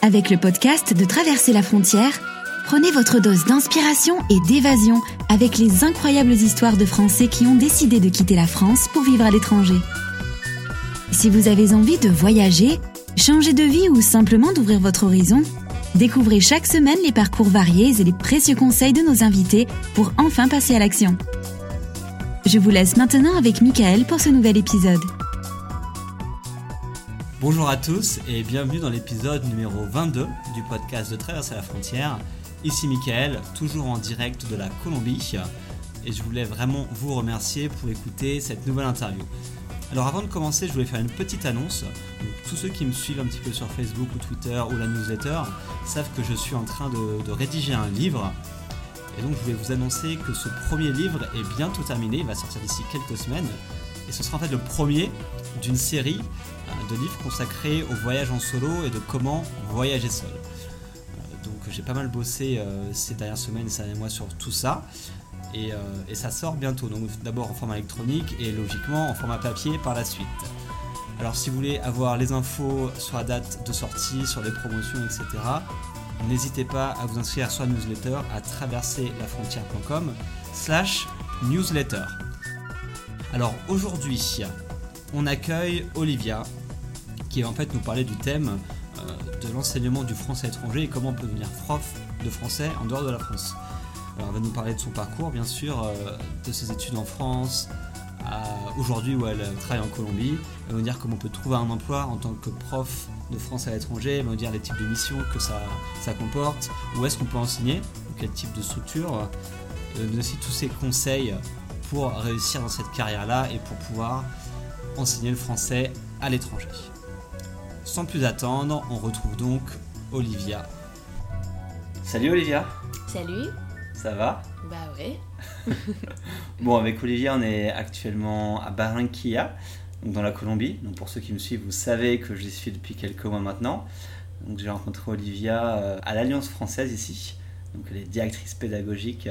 Avec le podcast de Traverser la frontière, prenez votre dose d'inspiration et d'évasion avec les incroyables histoires de Français qui ont décidé de quitter la France pour vivre à l'étranger. Si vous avez envie de voyager, changer de vie ou simplement d'ouvrir votre horizon, découvrez chaque semaine les parcours variés et les précieux conseils de nos invités pour enfin passer à l'action. Je vous laisse maintenant avec Michael pour ce nouvel épisode. Bonjour à tous et bienvenue dans l'épisode numéro 22 du podcast de Traverser la frontière. Ici Michael, toujours en direct de la Colombie, et je voulais vraiment vous remercier pour écouter cette nouvelle interview. Alors avant de commencer, je voulais faire une petite annonce. Donc, tous ceux qui me suivent un petit peu sur Facebook ou Twitter ou la newsletter savent que je suis en train de rédiger un livre. Et donc je voulais vous annoncer que ce premier livre est bientôt terminé, il va sortir d'ici quelques semaines. Et ce sera en fait le premier d'une série de livres consacrés au voyage en solo et de comment voyager seul. Donc j'ai pas mal bossé ces dernières semaines et ces derniers mois sur tout ça. Et ça sort bientôt, donc d'abord en format électronique et logiquement en format papier par la suite. Alors si vous voulez avoir les infos sur la date de sortie, sur les promotions, etc., n'hésitez pas à vous inscrire sur la newsletter à traverserlafrontière.com/newsletter. Alors aujourd'hui, on accueille Olivia qui va en fait nous parler du thème de l'enseignement du français à l'étranger et comment on peut devenir prof de français en dehors de la France. Alors, elle va nous parler de son parcours, bien sûr, de ses études en France, à aujourd'hui où elle travaille en Colombie. Elle va nous dire comment on peut trouver un emploi en tant que prof de français à l'étranger. Elle va nous dire les types de missions que ça comporte, où est-ce qu'on peut enseigner, quel type de structure. Elle va nous donner aussi tous ses conseils pour réussir dans cette carrière-là et pour pouvoir enseigner le français à l'étranger. Sans plus attendre, on retrouve donc Olivia. Salut Olivia. Salut. Ça va ? Bah ouais. Bon, avec Olivia, on est actuellement à Barranquilla, donc dans la Colombie. Donc pour ceux qui me suivent, vous savez que je suis depuis quelques mois maintenant. Donc j'ai rencontré Olivia à l'Alliance française ici. Donc elle est directrice pédagogique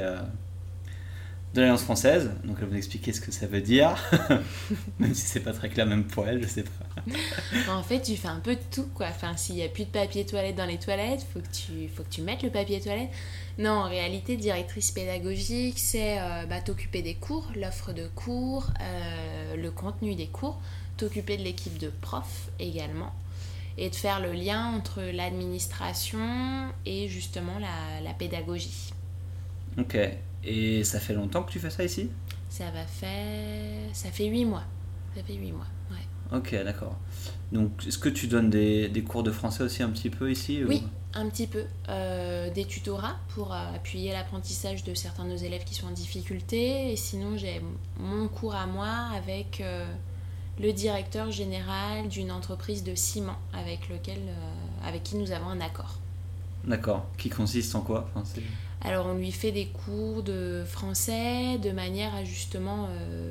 de l'Alliance française. Donc elle va nous expliquer ce que ça veut dire, même si c'est pas très clair même pour elle, je sais pas. En fait, tu fais un peu de tout, quoi. Enfin, s'il y a plus de papier toilette dans les toilettes, faut que tu mettes le papier toilette. Non, en réalité, directrice pédagogique, c'est t'occuper des cours, l'offre de cours, le contenu des cours, t'occuper de l'équipe de profs également, et de faire le lien entre l'administration et justement la pédagogie. Ok. Et ça fait longtemps que tu fais ça ici ? Ça fait 8 mois. Ça fait 8 mois, ouais. Ok, d'accord. Donc, est-ce que tu donnes des cours de français aussi un petit peu ici ? Oui, un petit peu. Des tutorats pour appuyer l'apprentissage de certains de nos élèves qui sont en difficulté. Et sinon, j'ai mon cours à moi avec le directeur général d'une entreprise de ciment avec qui nous avons un accord. D'accord. Qui consiste en quoi ? Alors, on lui fait des cours de français de manière à justement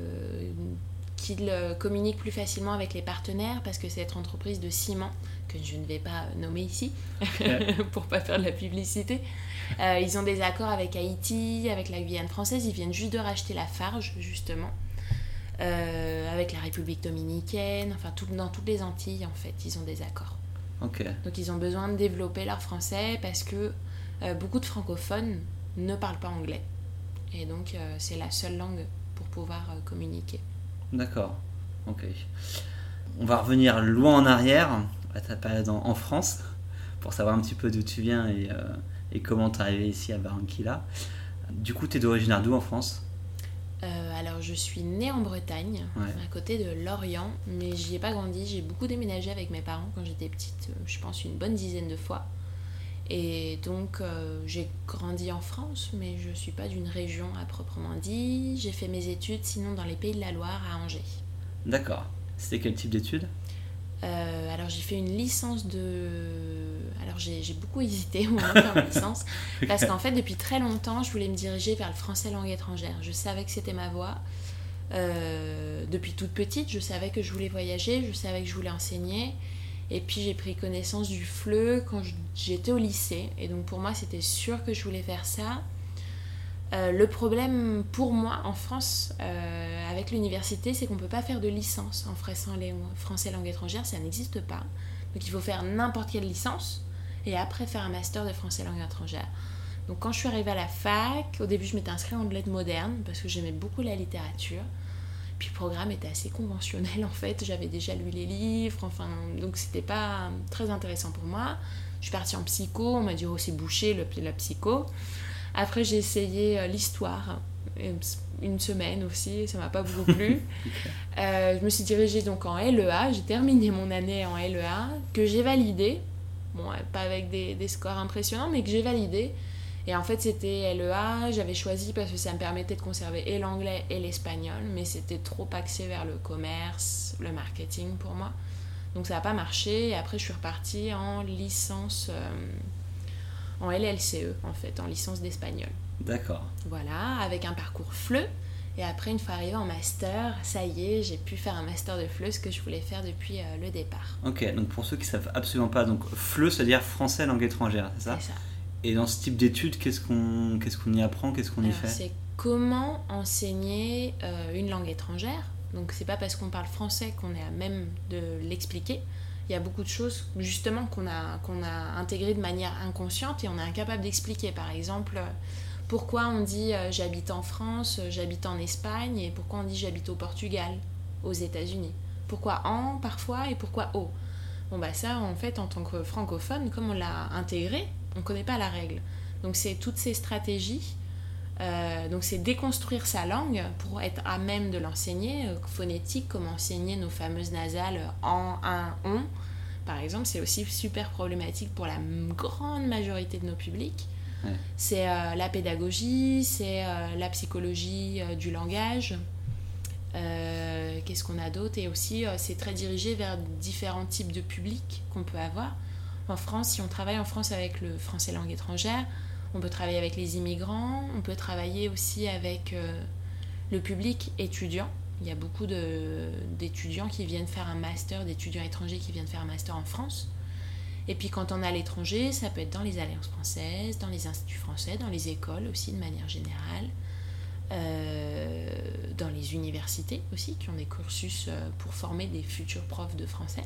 qu'il communique plus facilement avec les partenaires, parce que cette entreprise de ciment, que je ne vais pas nommer ici, pour pas faire de la publicité, ils ont des accords avec Haïti, avec la Guyane française, ils viennent juste de racheter la Farge, justement, avec la République dominicaine, enfin dans toutes les Antilles, en fait, ils ont des accords. Ok. Donc ils ont besoin de développer leur français parce que beaucoup de francophones ne parlent pas anglais. Et donc c'est la seule langue pour pouvoir communiquer. D'accord, ok. On va revenir loin en arrière, à ta période en France, pour savoir un petit peu d'où tu viens et comment t'es arrivé ici à Barranquilla. Du coup, t'es d'origine d'où en France ? Alors je suis née en Bretagne, à côté de Lorient, mais j'y ai pas grandi. J'ai beaucoup déménagé avec mes parents quand j'étais petite, je pense une bonne dizaine de fois. Et donc j'ai grandi en France, mais je suis pas d'une région à proprement dit. J'ai fait mes études sinon dans les Pays de la Loire à Angers. D'accord. C'était quel type d'études ? Alors j'ai fait une licence Alors j'ai beaucoup hésité au moment de faire ma licence, parce qu'en fait depuis très longtemps je voulais me diriger vers le français langue étrangère. Je savais que c'était ma voie. Depuis toute petite, je savais que je voulais voyager, je savais que je voulais enseigner. Et puis j'ai pris connaissance du FLE quand j'étais au lycée. Et donc pour moi c'était sûr que je voulais faire ça. Le problème pour moi en France avec l'université, c'est qu'on ne peut pas faire de licence en français langue étrangère, ça n'existe pas. Donc il faut faire n'importe quelle licence et après faire un master de français langue étrangère. Donc quand je suis arrivée à la fac, au début je m'étais inscrite en lettres modernes parce que j'aimais beaucoup la littérature. Puis le programme était assez conventionnel en fait, j'avais déjà lu les livres, donc c'était pas très intéressant pour moi. Je suis partie en psycho, on m'a dit c'est bouché la psycho. Après j'ai essayé l'histoire, une semaine aussi, ça m'a pas beaucoup plu. Je me suis dirigée donc en LEA, j'ai terminé mon année en LEA, que j'ai validé, pas avec des scores impressionnants, mais que j'ai validé. Et en fait, c'était LEA, j'avais choisi parce que ça me permettait de conserver et l'anglais et l'espagnol, mais c'était trop axé vers le commerce, le marketing pour moi. Donc ça n'a pas marché. Et après, je suis repartie en licence, en LLCE, en fait, en licence d'espagnol. D'accord. Voilà, avec un parcours FLE. Et après, une fois arrivée en master, ça y est, j'ai pu faire un master de FLE, ce que je voulais faire depuis le départ. Ok, donc pour ceux qui ne savent absolument pas, donc FLE, c'est-à-dire français langue étrangère, c'est ça ? C'est ça. Et dans ce type d'études, qu'est-ce qu'on y apprend, qu'est-ce qu'on y fait ? C'est comment enseigner une langue étrangère. Donc c'est pas parce qu'on parle français qu'on est à même de l'expliquer. Il y a beaucoup de choses justement qu'on a intégrées de manière inconsciente et on est incapable d'expliquer. Par exemple, pourquoi on dit j'habite en France, j'habite en Espagne, et pourquoi on dit j'habite au Portugal, aux États-Unis. Pourquoi en parfois et pourquoi au. Ça en fait en tant que francophone, comme on l'a intégré, on ne connaît pas la règle. Donc c'est toutes ces stratégies, donc c'est déconstruire sa langue pour être à même de l'enseigner, phonétique, comme enseigner nos fameuses nasales en, un, on. Par exemple, c'est aussi super problématique pour la grande majorité de nos publics. Ouais. C'est la pédagogie, c'est la psychologie du langage. Qu'est-ce qu'on a d'autre ? Et aussi, c'est très dirigé vers différents types de publics qu'on peut avoir. En France, si on travaille en France avec le français langue étrangère, on peut travailler avec les immigrants, on peut travailler aussi avec le public étudiant. Il y a beaucoup d'étudiants qui viennent faire un master, d'étudiants étrangers qui viennent faire un master en France. Et puis quand on est à l'étranger, ça peut être dans les alliances françaises, dans les instituts français, dans les écoles aussi de manière générale, dans les universités aussi, qui ont des cursus pour former des futurs profs de français.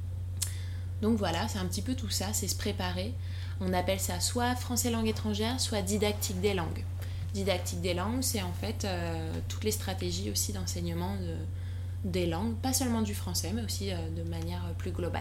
Donc voilà, c'est un petit peu tout ça, c'est se préparer. On appelle ça soit français langue étrangère, soit didactique des langues. Didactique des langues, c'est en fait toutes les stratégies aussi d'enseignement des langues, pas seulement du français, mais aussi de manière plus globale.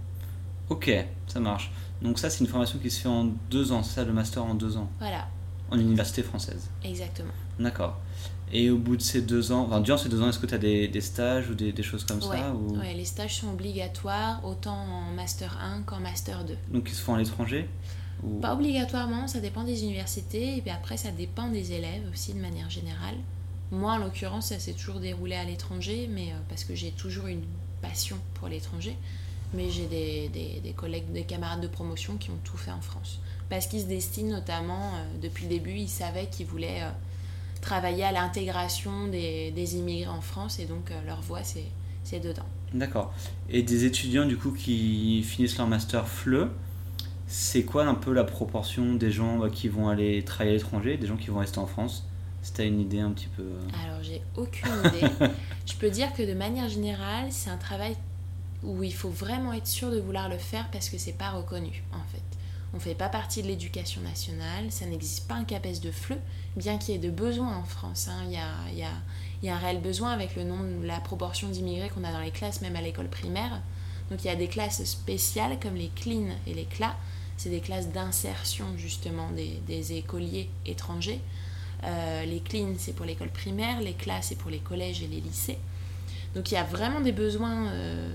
Ok, ça marche. Donc ça, c'est une formation qui se fait en 2 ans, c'est ça, le master en 2 ans ? Voilà. En université française ? Exactement. D'accord. Et au bout de ces 2 ans, durant ces 2 ans, est-ce que tu as des stages ou des choses comme ça ou... Ouais, les stages sont obligatoires, autant en Master 1 qu'en Master 2. Donc ils se font à l'étranger ou... Pas obligatoirement, ça dépend des universités, et puis après ça dépend des élèves aussi de manière générale. Moi en l'occurrence, ça s'est toujours déroulé à l'étranger, mais parce que j'ai toujours une passion pour l'étranger. Mais j'ai des collègues, des camarades de promotion qui ont tout fait en France. Parce qu'ils se destinent notamment, depuis le début, ils savaient qu'ils voulaient... travailler à l'intégration des immigrés en France, et donc leur voix c'est dedans. D'accord. Et des étudiants du coup qui finissent leur master FLE, c'est quoi un peu la proportion des gens qui vont aller travailler à l'étranger, des gens qui vont rester en France ? Si tu as une idée un petit peu... Alors j'ai aucune idée. Je peux dire que de manière générale, c'est un travail où il faut vraiment être sûr de vouloir le faire parce que c'est pas reconnu en fait. On ne fait pas partie de l'éducation nationale, ça n'existe pas un CAPES de FLE, bien qu'il y ait de besoins en France. Il y a un réel besoin avec la proportion d'immigrés qu'on a dans les classes, même à l'école primaire. Donc il y a des classes spéciales comme les CLIN et les CLA, c'est des classes d'insertion justement des écoliers étrangers. Les CLIN c'est pour l'école primaire, les CLA c'est pour les collèges et les lycées. Donc il y a vraiment des besoins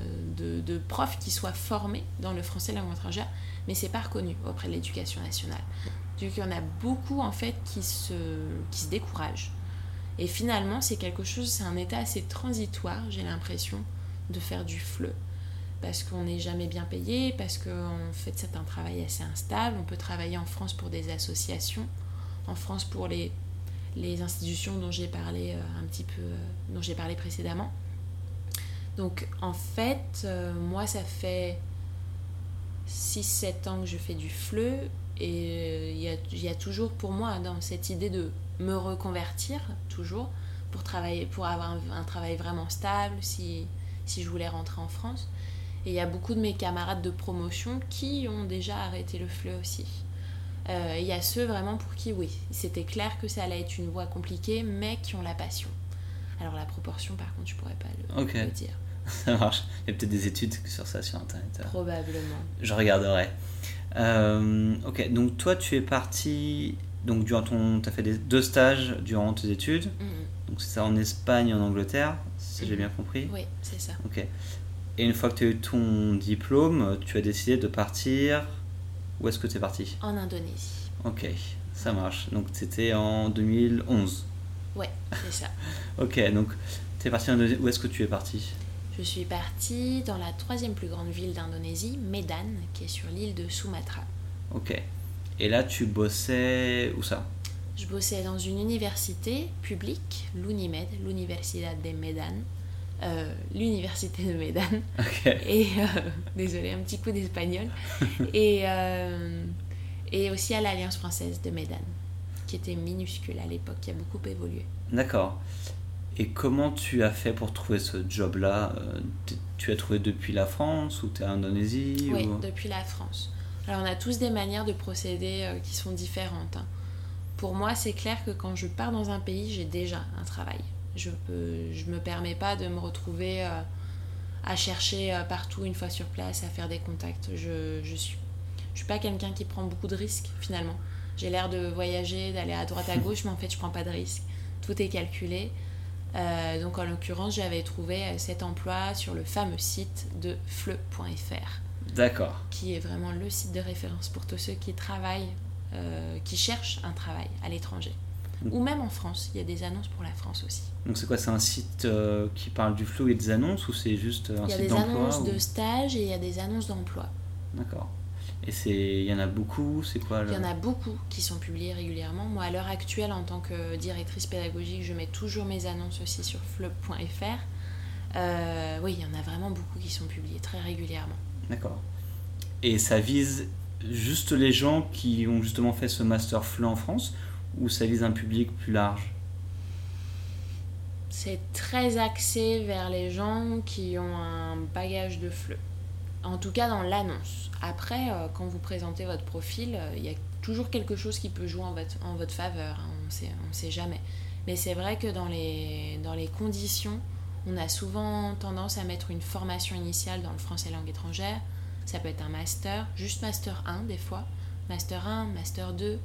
de profs qui soient formés dans le français langue étrangère, mais c'est pas reconnu auprès de l'éducation nationale. Donc il y en a beaucoup en fait qui se découragent. Et finalement c'est un état assez transitoire, j'ai l'impression, de faire du FLE. Parce qu'on n'est jamais bien payé, parce qu'en fait c'est un travail assez instable. On peut travailler en France pour des associations, en France pour les institutions dont j'ai parlé dont j'ai parlé précédemment. Donc en fait, moi ça fait 6-7 ans que je fais du FLE, et il y a toujours pour moi dans cette idée de me reconvertir toujours pour avoir un travail vraiment stable si je voulais rentrer en France. Et il y a beaucoup de mes camarades de promotion qui ont déjà arrêté le FLE aussi. Il y a ceux vraiment pour qui, oui, c'était clair que ça allait être une voie compliquée, mais qui ont la passion. Alors la proportion, par contre, je pourrais pas le dire. Ça marche. Il y a peut-être des études sur ça sur Internet. Probablement. Je regarderai. Ok, donc toi, tu es parti... Donc, tu as fait 2 stages durant tes études. Donc, c'est ça en Espagne et en Angleterre, si j'ai bien compris. Oui, c'est ça. Ok. Et une fois que tu as eu ton diplôme, tu as décidé de partir... Où est-ce que tu es parti ? En Indonésie. Ok, ça marche. Donc, c'était en 2011. Ouais, c'est ça. Ok, donc tu es parti en Indonésie. Où est-ce que tu es parti ? Je suis partie dans la 3e plus grande ville d'Indonésie, Medan, qui est sur l'île de Sumatra. Ok. Et là, tu bossais où ça ? Je bossais dans une université publique, l'Unimed, l'Universidad de Medan. L'université de Medan. Okay. Et désolé, un petit coup d'espagnol. et aussi à l'Alliance française de Medan, qui était minuscule à l'époque, qui a beaucoup évolué. D'accord. Et comment tu as fait pour trouver ce job-là ? Tu as trouvé depuis la France ou tu es en Indonésie ? Oui, depuis la France. Alors on a tous des manières de procéder qui sont différentes. Hein. Pour moi, c'est clair que quand je pars dans un pays, j'ai déjà un travail. Je me permets pas de me retrouver à chercher partout une fois sur place, à faire des contacts. Je suis pas quelqu'un qui prend beaucoup de risques finalement. J'ai l'air de voyager, d'aller à droite à gauche, mais en fait je prends pas de risques. Tout est calculé. Donc en l'occurrence, j'avais trouvé cet emploi sur le fameux site de FLE.fr. D'accord. Qui est vraiment le site de référence pour tous ceux qui travaillent, qui cherchent un travail à l'étranger. Ou même en France, il y a des annonces pour la France aussi. Donc c'est quoi, c'est un site qui parle du FLE et des annonces ou c'est juste un site d'emploi ? Il y a des annonces de stage et il y a des annonces d'emploi. D'accord. Et il y en a beaucoup, c'est quoi ? Il y en a beaucoup qui sont publiées régulièrement. Moi, à l'heure actuelle, en tant que directrice pédagogique, je mets toujours mes annonces aussi sur FLE.fr. Oui, il y en a vraiment beaucoup qui sont publiées très régulièrement. D'accord. Et ça vise juste les gens qui ont justement fait ce master FLE en France ou ça vise un public plus large ? C'est très axé vers les gens qui ont un bagage de FLE. En tout cas dans l'annonce. Après, quand vous présentez votre profil, il y a toujours quelque chose qui peut jouer en votre faveur. Hein, on sait jamais. Mais c'est vrai que dans les conditions, on a souvent tendance à mettre une formation initiale dans le français langue étrangère. Ça peut être un master, juste master 1 des fois. Master 1, master 2,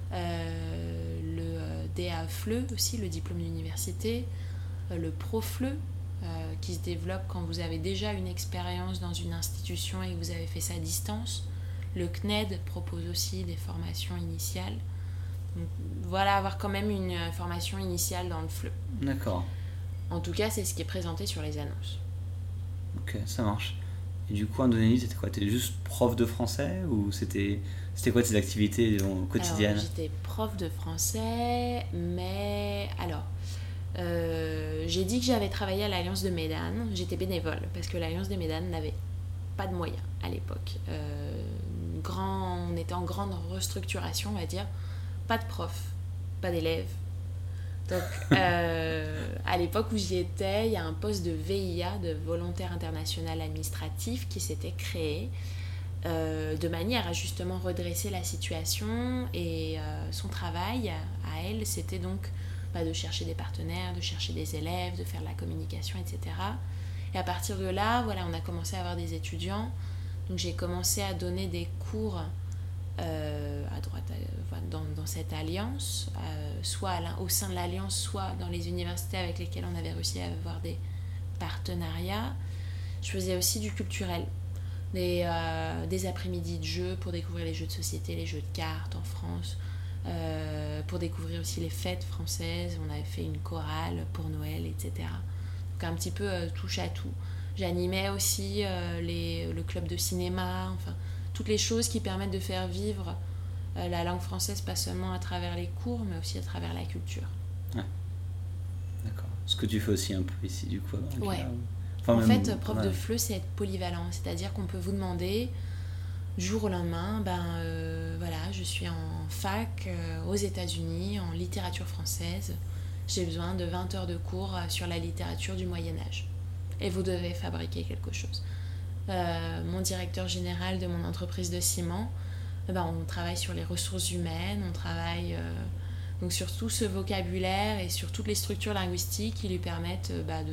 le DA FLE aussi, le diplôme d'université, le Pro FLE, qui se développe quand vous avez déjà une expérience dans une institution et que vous avez fait ça à distance. Le CNED propose aussi des formations initiales. Donc, voilà, avoir quand même une formation initiale dans le FLE. D'accord. En tout cas, c'est ce qui est présenté sur les annonces. Ok, ça marche. Et du coup, en Indonésie, c'était quoi ? T'étais juste prof de français ou c'était quoi tes activités quotidiennes ? Alors, j'étais prof de français, mais alors... j'ai dit que j'avais travaillé à l'Alliance de Medan. J'étais bénévole parce que l'Alliance de Medan n'avait pas de moyens à l'époque. On était en grande restructuration, on va dire. Pas de profs, pas d'élèves. Donc, à l'époque où j'y étais, il y a un poste de VIA, de volontaire international administratif, qui s'était créé de manière à justement redresser la situation. Et son travail à elle, c'était donc de chercher des partenaires, de chercher des élèves, de faire de la communication, etc. Et à partir de là, voilà, on a commencé à avoir des étudiants. Donc j'ai commencé à donner des cours à droite, dans cette alliance, soit au sein de l'alliance, soit dans les universités avec lesquelles on avait réussi à avoir des partenariats. Je faisais aussi du culturel, des après-midi de jeux pour découvrir les jeux de société, les jeux de cartes en France. Pour découvrir aussi les fêtes françaises. On avait fait une chorale pour Noël, etc. Donc un petit peu touche à tout. J'animais aussi le club de cinéma, enfin toutes les choses qui permettent de faire vivre la langue française, pas seulement à travers les cours, mais aussi à travers la culture. Ouais. D'accord. Ce que tu fais aussi un peu ici, du coup. Ouais. En fait, prof de FLE, c'est être polyvalent. C'est-à-dire qu'on peut vous demander... Du jour au lendemain, voilà, je suis en fac aux États-Unis, en littérature française. J'ai besoin de 20 heures de cours sur la littérature du Moyen-Âge. Et vous devez fabriquer quelque chose. mon directeur général de mon entreprise de ciment, on travaille sur les ressources humaines, on travaille donc sur tout ce vocabulaire et sur toutes les structures linguistiques qui lui permettent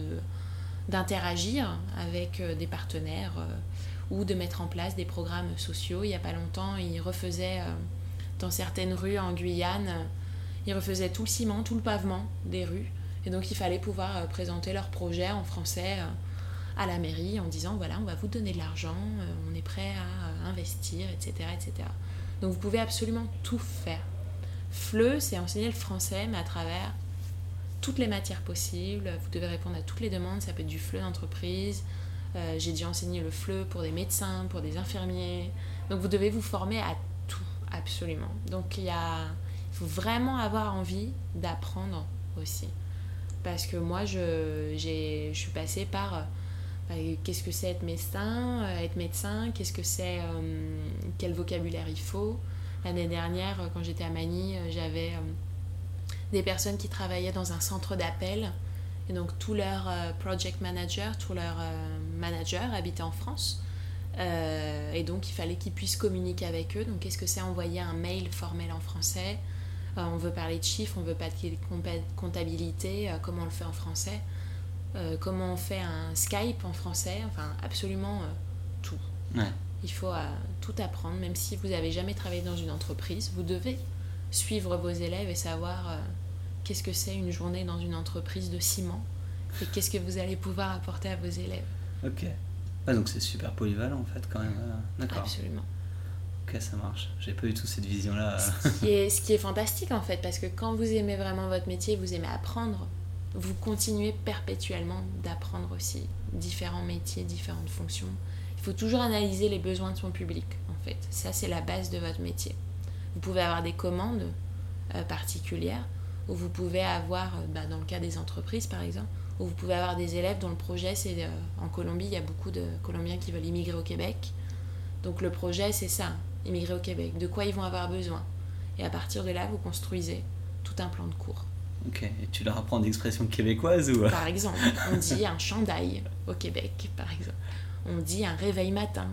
d'interagir avec des partenaires ou de mettre en place des programmes sociaux. Il n'y a pas longtemps, il refaisait dans certaines rues en Guyane, il refaisait tout le ciment, tout le pavement des rues. Et donc il fallait pouvoir présenter leur projet en français à la mairie en disant voilà, on va vous donner de l'argent, on est prêt à investir, etc., etc. Donc vous pouvez absolument tout faire. FLE, c'est enseigner le français, mais à travers toutes les matières possibles. Vous devez répondre à toutes les demandes, ça peut être du FLE d'entreprise. J'ai déjà enseigné le FLE pour des médecins, pour des infirmiers. Donc vous devez vous former à tout, absolument. Donc il faut vraiment avoir envie d'apprendre aussi. Parce que moi, je suis passée par qu'est-ce que c'est être médecin, qu'est-ce que c'est, quel vocabulaire il faut. L'année dernière, quand j'étais à Manille, j'avais des personnes qui travaillaient dans un centre d'appel. Et donc, tous leurs project managers, tous leurs managers habitaient en France. Et donc, il fallait qu'ils puissent communiquer avec eux. Donc, qu'est-ce que c'est envoyer un mail formel en français ? On veut parler de chiffres, on veut parler de comptabilité, comment on le fait en français, comment on fait un Skype en français, enfin absolument tout. Ouais. Il faut tout apprendre, même si vous n'avez jamais travaillé dans une entreprise, vous devez suivre vos élèves et savoir qu'est-ce que c'est une journée dans une entreprise de ciment et qu'est-ce que vous allez pouvoir apporter à vos élèves. Ok. Donc c'est super polyvalent en fait quand même. D'accord. Absolument. Ok, ça marche. J'ai pas du tout cette vision-là. Ce qui est fantastique en fait, parce que quand vous aimez vraiment votre métier, vous aimez apprendre, vous continuez perpétuellement d'apprendre aussi différents métiers, différentes fonctions. Il faut toujours analyser les besoins de son public en fait. Ça, c'est la base de votre métier. Vous pouvez avoir des commandes particulières, ou vous pouvez avoir, dans le cas des entreprises par exemple, où vous pouvez avoir des élèves dont le projet c'est en Colombie, il y a beaucoup de Colombiens qui veulent immigrer au Québec. Donc le projet c'est ça, immigrer au Québec, de quoi ils vont avoir besoin. Et à partir de là, vous construisez tout un plan de cours. Ok, et tu leur apprends d'expressions québécoises ou... Par exemple, on dit un chandail au Québec, par exemple. On dit un réveil matin.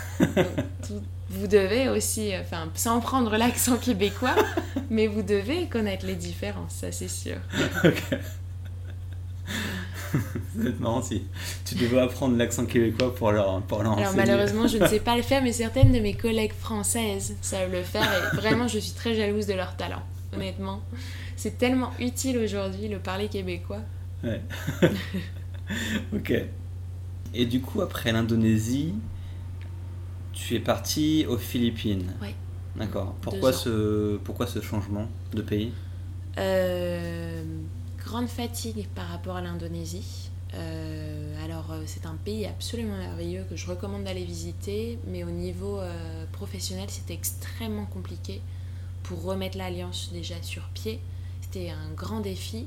Donc, vous devez aussi, sans prendre l'accent québécois, mais vous devez connaître les différences, ça c'est sûr. Ok. Ça va être marrant si tu devais apprendre l'accent québécois pour leur enseigner. Alors malheureusement, je ne sais pas le faire, mais certaines de mes collègues françaises savent le faire et vraiment, je suis très jalouse de leur talent, honnêtement. C'est tellement utile aujourd'hui, le parler québécois. Ouais. Ok. Et du coup, après l'Indonésie, tu es partie aux Philippines. Oui. D'accord. Pourquoi ce changement de pays ? Grande fatigue par rapport à l'Indonésie. Alors, c'est un pays absolument merveilleux que je recommande d'aller visiter, mais au niveau professionnel, c'était extrêmement compliqué pour remettre l'Alliance déjà sur pied. C'était un grand défi.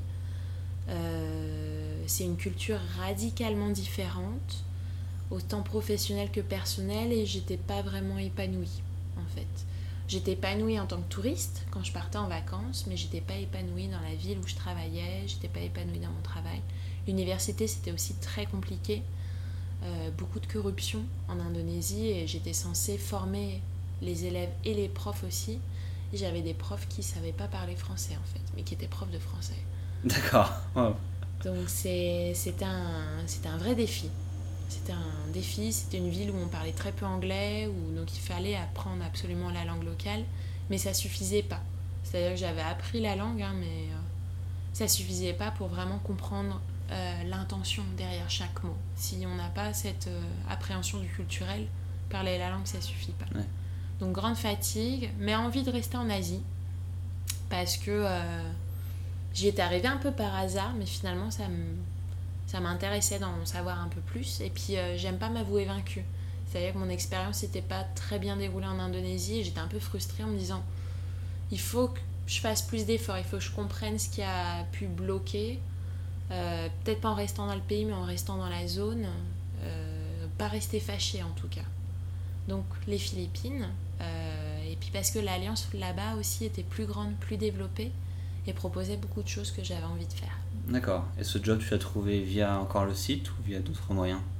C'est une culture radicalement différente, autant professionnelle que personnelle, et j'étais pas vraiment épanouie en fait. J'étais épanouie en tant que touriste quand je partais en vacances, mais j'étais pas épanouie dans la ville où je travaillais, j'étais pas épanouie dans mon travail. L'université, c'était aussi très compliqué, beaucoup de corruption en Indonésie, et j'étais censée former les élèves et les profs aussi, et j'avais des profs qui savaient pas parler français en fait, mais qui étaient profs de français. D'accord. Wow. Donc c'était un vrai défi. C'était un défi, c'était une ville où on parlait très peu anglais, donc il fallait apprendre absolument la langue locale, mais ça suffisait pas. C'est-à-dire que j'avais appris la langue, mais ça suffisait pas pour vraiment comprendre l'intention derrière chaque mot. Si on n'a pas cette appréhension du culturel, parler la langue, ça suffit pas. Ouais. Donc grande fatigue, mais envie de rester en Asie, parce que j'y étais arrivée un peu par hasard, mais finalement ça m'intéressait d'en savoir un peu plus. Et puis j'aime pas m'avouer vaincue. C'est-à-dire que mon expérience n'était pas très bien déroulée en Indonésie, et j'étais un peu frustrée en me disant il faut que je fasse plus d'efforts, il faut que je comprenne ce qui a pu bloquer, peut-être pas en restant dans le pays, mais en restant dans la zone, pas rester fâchée en tout cas. Donc les Philippines, et puis parce que l'Alliance là-bas aussi était plus grande, plus développée, et proposait beaucoup de choses que j'avais envie de faire. D'accord. Et ce job, tu l'as trouvé via encore le site ou via d'autres moyens ?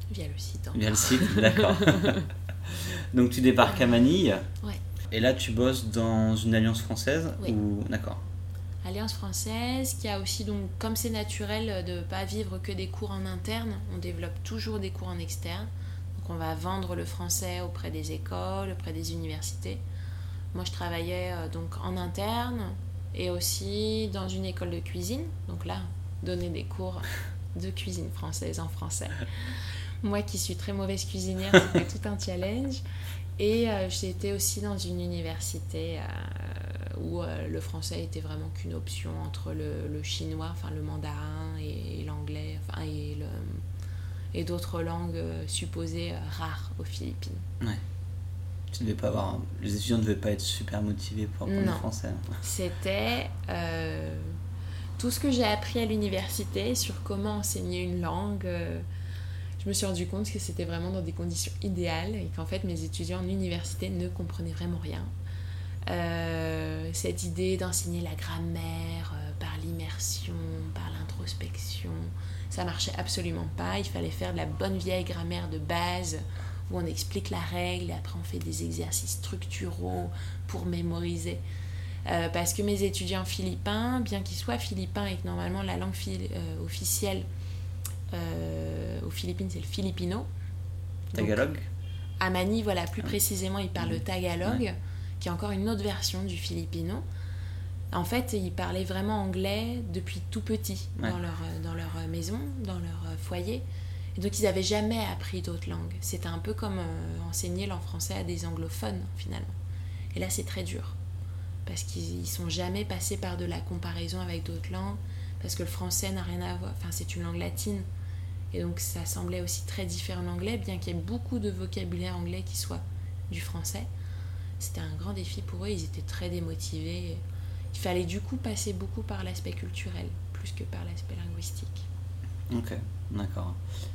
Via le site. Via le site, d'accord. Donc tu débarques à Manille. Ouais. Et là, tu bosses dans une alliance française ou... D'accord. Alliance française qui a aussi, donc, comme c'est naturel de ne pas vivre que des cours en interne, on développe toujours des cours en externe. Donc on va vendre le français auprès des écoles, auprès des universités. Moi, je travaillais donc en interne et aussi dans une école de cuisine. Donc là, donner des cours de cuisine française en français. Moi qui suis très mauvaise cuisinière, c'était tout un challenge. Et j'étais aussi dans une université où le français était vraiment qu'une option entre le chinois, enfin le mandarin et l'anglais, enfin, et d'autres langues supposées rares aux Philippines. Ouais. Les étudiants ne devaient pas être super motivés pour apprendre le français. C'était tout ce que j'ai appris à l'université sur comment enseigner une langue. Je me suis rendu compte que c'était vraiment dans des conditions idéales et qu'en fait mes étudiants en université ne comprenaient vraiment rien. Cette idée d'enseigner la grammaire par l'immersion, par l'introspection, ça marchait absolument pas. Il fallait faire de la bonne vieille grammaire de base où on explique la règle et après on fait des exercices structuraux pour mémoriser. Parce que mes étudiants philippins, bien qu'ils soient philippins et que normalement la langue officielle aux Philippines c'est le filipino. Tagalog. Donc, à Manille, voilà, plus précisément ils parlent le tagalog, qui est encore une autre version du filipino. En fait, ils parlaient vraiment anglais depuis tout petit dans leur maison, dans leur foyer. Et donc ils n'avaient jamais appris d'autres langues. C'était un peu comme enseigner le français à des anglophones finalement. Et là c'est très dur parce qu'ils ne sont jamais passés par de la comparaison avec d'autres langues, parce que le français n'a rien à voir, enfin c'est une langue latine. Et donc ça semblait aussi très différent de l'anglais, bien qu'il y ait beaucoup de vocabulaire anglais qui soit du français. C'était un grand défi pour eux, ils étaient très démotivés. Il fallait du coup passer beaucoup par l'aspect culturel, plus que par l'aspect linguistique. Ok, d'accord.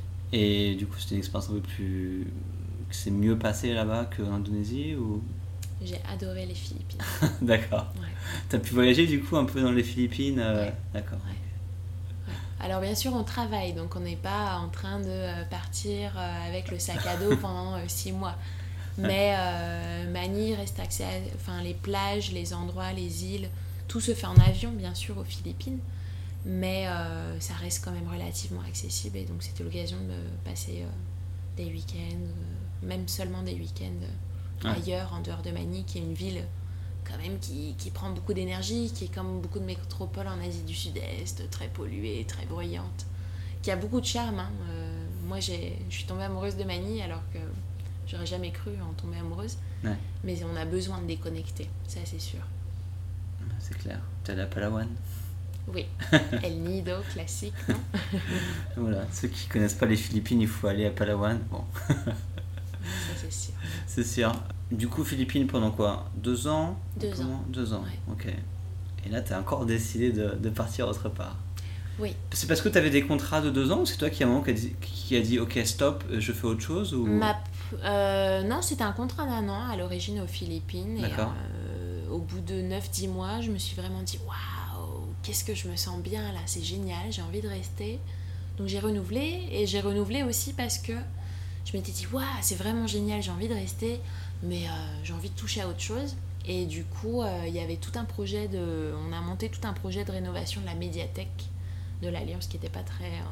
Et du coup, c'était une expérience un peu plus... C'est mieux passé là-bas qu'en Indonésie ou... J'ai adoré les Philippines. D'accord. Ouais. T'as pu voyager du coup un peu dans les Philippines Ouais. D'accord. Ouais. Ouais. Alors bien sûr, on travaille, donc on n'est pas en train de partir avec le sac à dos pendant 6 mois. Mais Manille reste accès à les plages, les endroits, les îles, tout se fait en avion bien sûr aux Philippines. Mais ça reste quand même relativement accessible et donc c'était l'occasion de passer des week-ends, même seulement des week-ends ailleurs, en dehors de Manille, qui est une ville quand même qui prend beaucoup d'énergie, qui est comme beaucoup de métropoles en Asie du Sud-Est, très polluée, très bruyante, qui a beaucoup de charme. Moi je suis tombée amoureuse de Manille alors que j'aurais jamais cru en tomber amoureuse. Ouais. Mais on a besoin de déconnecter, ça c'est sûr. C'est clair. T'es allée à Palawan? Oui, El Nido, classique, non? Voilà, ceux qui connaissent pas les Philippines, il faut aller à Palawan. Bon. Ça, c'est sûr. C'est sûr. Du coup, Philippines pendant quoi? 2 ans? 2 ans. 2 ans, ouais. Ok. Et là, t'as encore décidé de partir autre part. Oui. C'est parce que t'avais des contrats de 2 ans ou c'est toi qui à un moment qui a dit ok, stop, je fais autre chose ou... Non, c'était un contrat d'1 an à l'origine aux Philippines. D'accord. Et au bout de 9-10 mois, je me suis vraiment dit waouh, qu'est-ce que je me sens bien là, c'est génial, j'ai envie de rester. Donc j'ai renouvelé, et j'ai renouvelé aussi parce que je m'étais dit waouh, c'est vraiment génial, j'ai envie de rester, mais j'ai envie de toucher à autre chose. Et du coup, il y avait tout un projet on a monté tout un projet de rénovation de la médiathèque de l'Alliance qui n'était pas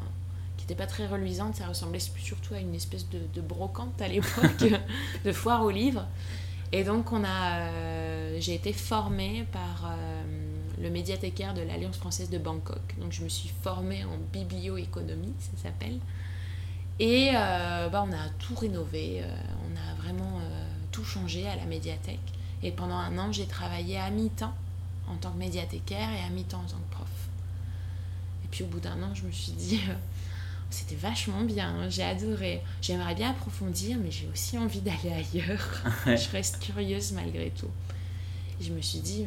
très reluisante. Ça ressemblait surtout à une espèce de brocante à l'époque, de foire aux livres. Et donc j'ai été formée par le médiathécaire de l'Alliance française de Bangkok. Donc je me suis formée en biblioéconomie, ça s'appelle. Et on a tout rénové, on a vraiment tout changé à la médiathèque. Et pendant 1 an, j'ai travaillé à mi-temps en tant que médiathécaire et à mi-temps en tant que prof. Et puis au bout d'1 an, je me suis dit, c'était vachement bien, hein, j'ai adoré. J'aimerais bien approfondir, mais j'ai aussi envie d'aller ailleurs. Ouais. Je reste curieuse malgré tout. Et je me suis dit,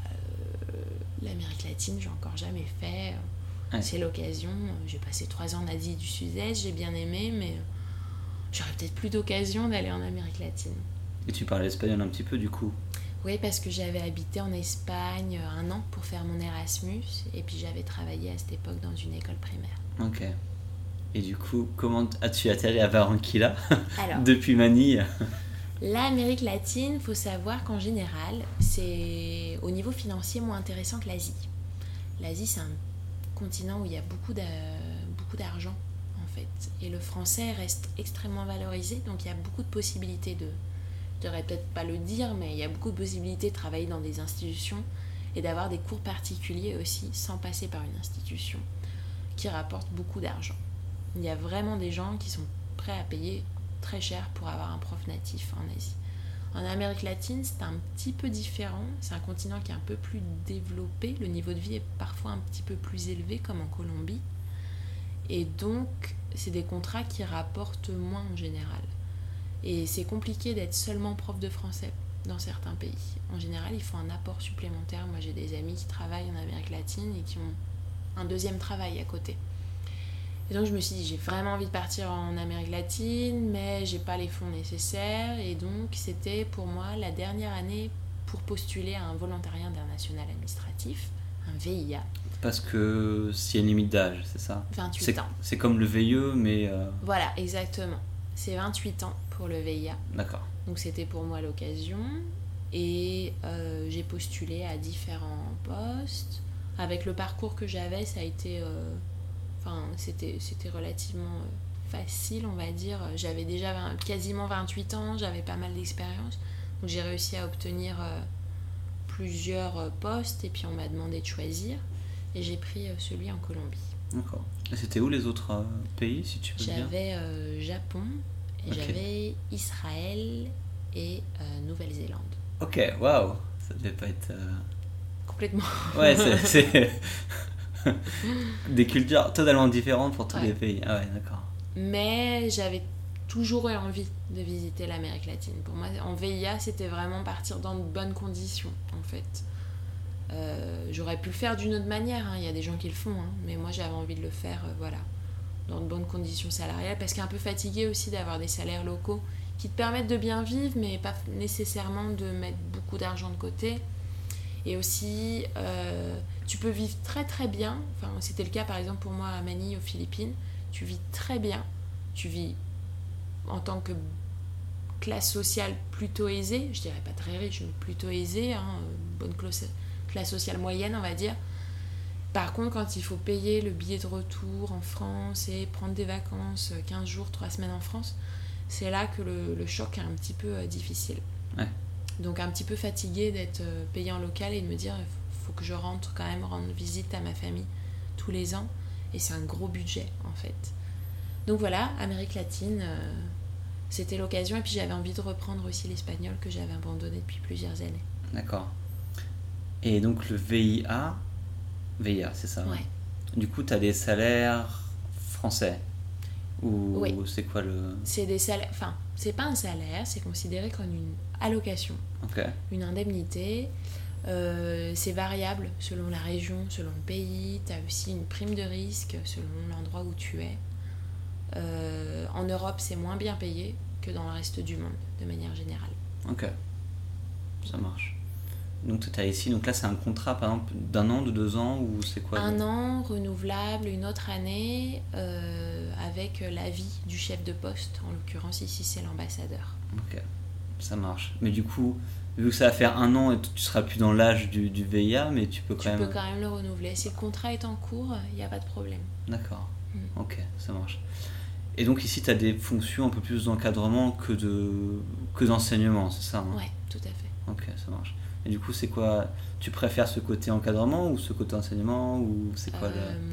l'Amérique latine, j'ai encore jamais fait. Ouais. C'est l'occasion. J'ai passé 3 ans en Asie du Sud-Est, j'ai bien aimé, mais j'aurais peut-être plus d'occasion d'aller en Amérique latine. Et tu parles espagnol un petit peu du coup? Oui, parce que j'avais habité en Espagne 1 an pour faire mon Erasmus, et puis j'avais travaillé à cette époque dans une école primaire. Ok. Et du coup, comment as-tu atterri à Barranquilla Alors, depuis Manille? l'Amérique latine, il faut savoir qu'en général, c'est au niveau financier moins intéressant que l'Asie. L'Asie, c'est un continent où il y a beaucoup d'argent, en fait. Et le français reste extrêmement valorisé, donc il y a beaucoup de possibilités je devrais peut-être pas le dire, mais il y a beaucoup de possibilités de travailler dans des institutions et d'avoir des cours particuliers aussi, sans passer par une institution, qui rapportent beaucoup d'argent. Il y a vraiment des gens qui sont prêts à payer très cher pour avoir un prof natif en Asie. En Amérique latine, c'est un petit peu différent. C'est un continent qui est un peu plus développé. Le niveau de vie est parfois un petit peu plus élevé, comme en Colombie. Et donc, c'est des contrats qui rapportent moins en général. Et c'est compliqué d'être seulement prof de français dans certains pays. En général, il faut un apport supplémentaire. Moi, j'ai des amis qui travaillent en Amérique latine et qui ont un deuxième travail à côté. Et donc je me suis dit, j'ai vraiment envie de partir en Amérique latine, mais j'ai pas les fonds nécessaires. Et donc c'était pour moi la dernière année pour postuler à un volontariat international administratif, un VIA. Parce que s'il y a une limite d'âge, c'est ça? 28 ans. C'est comme le VIE, mais... Voilà, exactement. C'est 28 ans pour le VIA. D'accord. Donc c'était pour moi l'occasion. Et j'ai postulé à différents postes. Avec le parcours que j'avais, ça a été... c'était relativement facile, on va dire. J'avais déjà quasiment 28 ans, j'avais pas mal d'expérience. Donc j'ai réussi à obtenir plusieurs postes et puis on m'a demandé de choisir. Et j'ai pris celui en Colombie. D'accord. Et c'était où les autres pays, si tu peux dire? J'avais Japon, et j'avais Israël et Nouvelle-Zélande. Ok, waouh. Ça devait pas être... Complètement. Ouais, c'est... des cultures totalement différentes pour tous les pays. Ah ouais, d'accord. Mais j'avais toujours eu envie de visiter l'Amérique latine. Pour moi, en VIA, c'était vraiment partir dans de bonnes conditions, en fait. J'aurais pu le faire d'une autre manière, hein. Il y a des gens qui le font, hein. Mais moi, j'avais envie de le faire, dans de bonnes conditions salariales, parce qu'un peu fatigué aussi d'avoir des salaires locaux qui te permettent de bien vivre, mais pas nécessairement de mettre beaucoup d'argent de côté. Et aussi, tu peux vivre très très bien. Enfin, c'était le cas par exemple pour moi à Manille, aux Philippines. Tu vis très bien. Tu vis en tant que classe sociale plutôt aisée. Je dirais pas très riche, mais plutôt aisée. Hein, bonne classe sociale moyenne, on va dire. Par contre, quand il faut payer le billet de retour en France et prendre des vacances, 15 jours, 3 semaines en France, c'est là que le choc est un petit peu difficile. Ouais. Donc un petit peu fatiguée d'être payée en local et de me dire il faut que je rentre quand même rendre visite à ma famille tous les ans. Et c'est un gros budget en fait. Donc voilà, Amérique latine, c'était l'occasion. Et puis j'avais envie de reprendre aussi l'espagnol que j'avais abandonné depuis plusieurs années. D'accord. Et donc le VIA, c'est ça? Ouais. Du coup, tu as des salaires français? Ou oui. C'est quoi le... C'est des salaires... Enfin, c'est pas un salaire, c'est considéré comme une allocation. Okay. Une indemnité. C'est variable selon la région, selon le pays. Tu as aussi une prime de risque selon l'endroit où tu es. En Europe, c'est moins bien payé que dans le reste du monde, de manière générale. Ok, ça marche. Donc tu es ici, donc là c'est un contrat par exemple d'1 an, de 2 ans, ou c'est quoi? 1 an, renouvelable, une autre année, avec l'avis du chef de poste. En l'occurrence, ici c'est l'ambassadeur. Ok, ça marche. Mais du coup, vu que ça va faire 1 an et tu seras plus dans l'âge du VIA, mais tu peux quand même... Tu peux quand même le renouveler. Si le contrat est en cours, il n'y a pas de problème. D'accord, ok, ça marche. Et donc ici, tu as des fonctions un peu plus d'encadrement que d'enseignement, c'est ça, hein? Ouais, tout à fait. Ok, ça marche. Et du coup, c'est quoi? Tu préfères ce côté encadrement ou ce côté enseignement, ou c'est quoi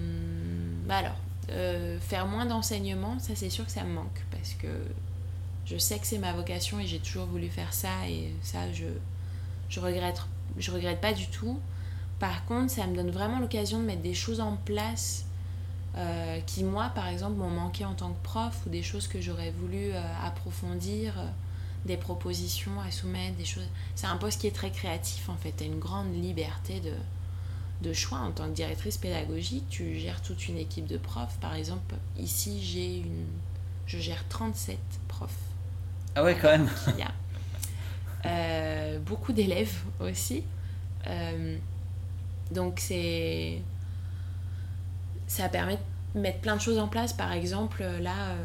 faire moins d'enseignement, ça c'est sûr que ça me manque, parce que je sais que c'est ma vocation et j'ai toujours voulu faire ça, et ça je regrette pas du tout. Par contre, ça me donne vraiment l'occasion de mettre des choses en place qui, moi, par exemple, m'ont manqué en tant que prof, ou des choses que j'aurais voulu approfondir, des propositions à soumettre, des choses... C'est un poste qui est très créatif, en fait. Tu as une grande liberté de choix. En tant que directrice pédagogique, tu gères toute une équipe de profs. Par exemple, ici, je gère 37 profs. Ah ouais, quand même. Il y a beaucoup d'élèves aussi. Donc ça permet mettre plein de choses en place. Par exemple, là,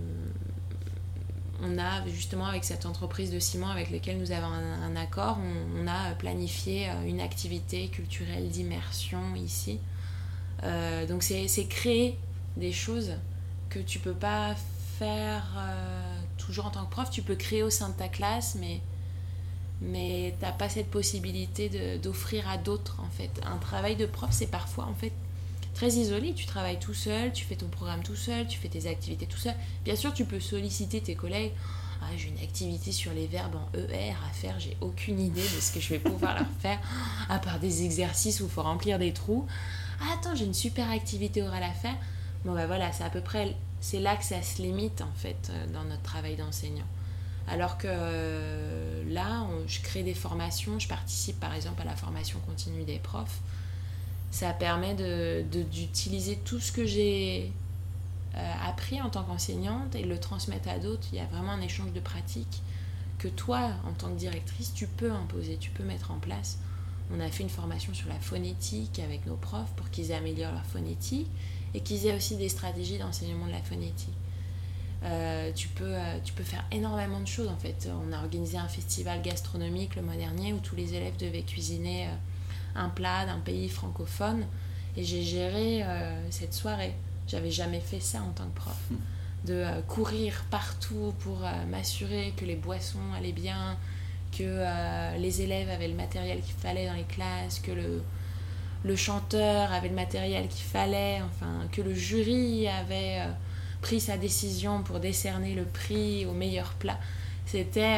on a justement avec cette entreprise de ciment avec laquelle nous avons un accord, on a planifié une activité culturelle d'immersion ici. Donc c'est créer des choses que tu peux pas faire toujours en tant que prof. Tu peux créer au sein de ta classe, mais t'as pas cette possibilité d'offrir à d'autres en fait. Un travail de prof, c'est parfois en fait très isolé. Tu travailles tout seul, tu fais ton programme tout seul, tu fais tes activités tout seul. Bien sûr, tu peux solliciter tes collègues. Ah, j'ai une activité sur les verbes en ER à faire, j'ai aucune idée de ce que je vais pouvoir leur faire, à part des exercices où il faut remplir des trous. Ah, attends, j'ai une super activité orale à faire. Bon, bah voilà, c'est à peu près, c'est là que ça se limite en fait dans notre travail d'enseignant. Alors que là, je crée des formations, je participe par exemple à la formation continue des profs. Ça permet d'utiliser tout ce que j'ai appris en tant qu'enseignante et de le transmettre à d'autres. Il y a vraiment un échange de pratiques que toi, en tant que directrice, tu peux imposer, tu peux mettre en place. On a fait une formation sur la phonétique avec nos profs pour qu'ils améliorent leur phonétique et qu'ils aient aussi des stratégies d'enseignement de la phonétique. Tu peux faire énormément de choses en fait. On a organisé un festival gastronomique le mois dernier où tous les élèves devaient cuisiner un plat d'un pays francophone et j'ai géré cette soirée. J'avais jamais fait ça en tant que prof. De courir partout pour m'assurer que les boissons allaient bien, que les élèves avaient le matériel qu'il fallait dans les classes, que le chanteur avait le matériel qu'il fallait, enfin, que le jury avait pris sa décision pour décerner le prix au meilleur plat. C'est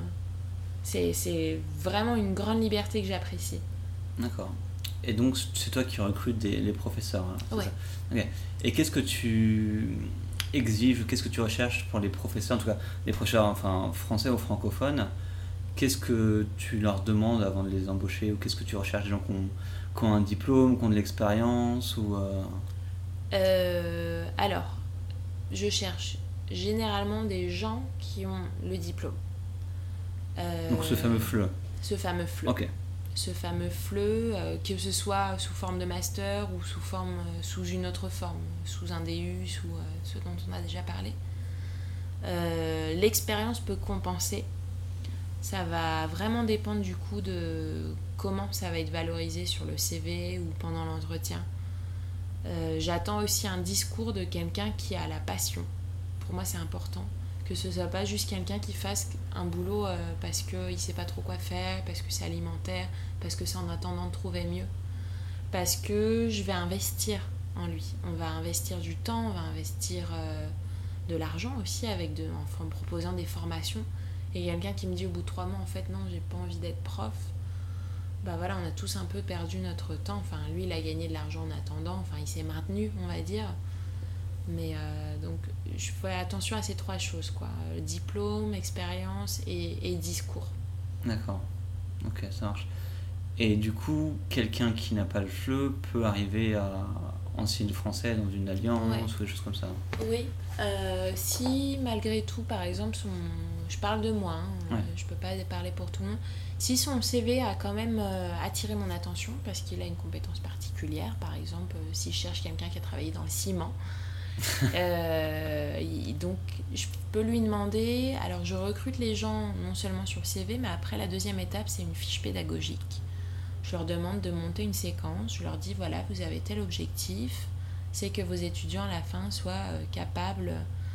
vraiment une grande liberté que j'apprécie. D'accord. Et donc, c'est toi qui recrutes les professeurs, hein, ouais. Ça. Okay. Et qu'est-ce que tu exiges, qu'est-ce que tu recherches pour les professeurs, en tout cas les professeurs enfin, français ou francophones? Qu'est-ce que tu leur demandes avant de les embaucher? Ou qu'est-ce que tu recherches? Des gens qui ont un diplôme, qui ont de l'expérience ou Alors, je cherche généralement des gens qui ont le diplôme. Donc ce fameux FLE. Ce fameux FLE. Ok. Ce fameux FLE, que ce soit sous forme de master ou sous une autre forme, sous un DU, sous ce dont on a déjà parlé. L'expérience peut compenser. Ça va vraiment dépendre du coup de comment ça va être valorisé sur le CV ou pendant l'entretien. J'attends aussi un discours de quelqu'un qui a la passion. Pour moi, c'est important. Que ce soit pas juste quelqu'un qui fasse un boulot parce qu'il ne sait pas trop quoi faire, parce que c'est alimentaire, parce que c'est en attendant de trouver mieux. Parce que je vais investir en lui. On va investir du temps, on va investir de l'argent aussi en me proposant des formations. Et quelqu'un qui me dit au bout de 3 mois, en fait, non, j'ai pas envie d'être prof. Bah voilà, on a tous un peu perdu notre temps. Enfin, lui, il a gagné de l'argent en attendant. Enfin, il s'est maintenu, on va dire. Mais donc, je fais attention à ces 3 choses, quoi. Diplôme, expérience et discours. D'accord. Ok, ça marche. Et du coup, quelqu'un qui n'a pas le FLE peut arriver à enseigner le français dans une alliance ou des choses comme ça. Oui. Si, malgré tout, par exemple, je parle de moi, je peux pas parler pour tout le monde. Si son CV a quand même attiré mon attention, parce qu'il a une compétence particulière, par exemple, si je cherche quelqu'un qui a travaillé dans le ciment, donc je peux lui demander, alors je recrute les gens non seulement sur le CV, mais après la deuxième étape c'est une fiche pédagogique. Je leur demande de monter une séquence, je leur dis voilà, vous avez tel objectif, c'est que vos étudiants à la fin soient capables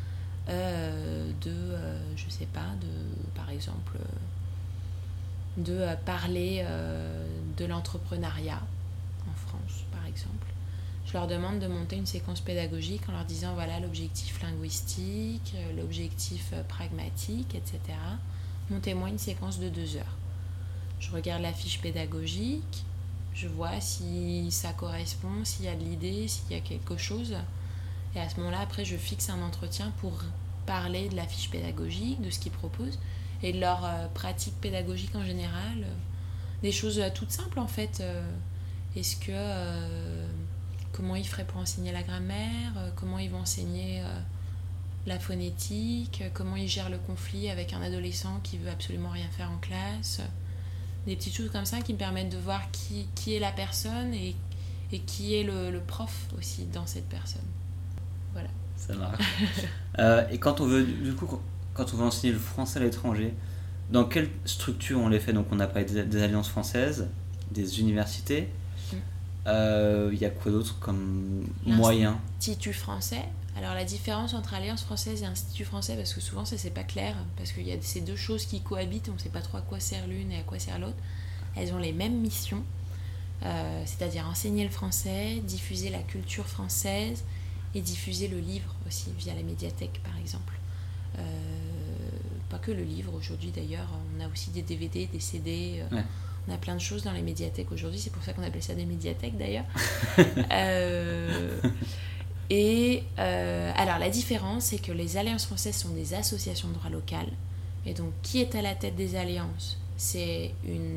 je sais pas, par exemple de parler de l'entrepreneuriat en France par exemple. Je leur demande de monter une séquence pédagogique en leur disant voilà l'objectif linguistique, l'objectif pragmatique, etc. Montez-moi une séquence de 2 heures. Je regarde la fiche pédagogique, je vois si ça correspond, s'il y a de l'idée, s'il y a quelque chose. Et à ce moment-là, après, je fixe un entretien pour parler de la fiche pédagogique, de ce qu'ils proposent et de leur pratique pédagogique en général. Des choses toutes simples en fait. Est-ce que... comment ils feraient pour enseigner la grammaire, comment ils vont enseigner la phonétique, comment ils gèrent le conflit avec un adolescent qui veut absolument rien faire en classe. Des petites choses comme ça qui me permettent de voir qui est la personne et qui est le prof aussi dans cette personne. Voilà. Ça marche. Et quand on veut, du coup, quand on veut enseigner le français à l'étranger, dans quelle structure on les fait? Donc on a parlé des alliances françaises, des universités. Il y a quoi d'autre comme moyen? L'Institut français. Alors la différence entre Alliance française et Institut français, parce que souvent ça c'est pas clair, parce qu'il y a ces deux choses qui cohabitent, on ne sait pas trop à quoi sert l'une et à quoi sert l'autre. Elles ont les mêmes missions, c'est-à-dire enseigner le français, diffuser la culture française et diffuser le livre aussi via la médiathèque par exemple. Pas que le livre aujourd'hui d'ailleurs, on a aussi des DVD, des CD, on a plein de choses dans les médiathèques aujourd'hui, c'est pour ça qu'on appelle ça des médiathèques d'ailleurs. Alors la différence, c'est que les alliances françaises sont des associations de droit local, et donc qui est à la tête des alliances? C'est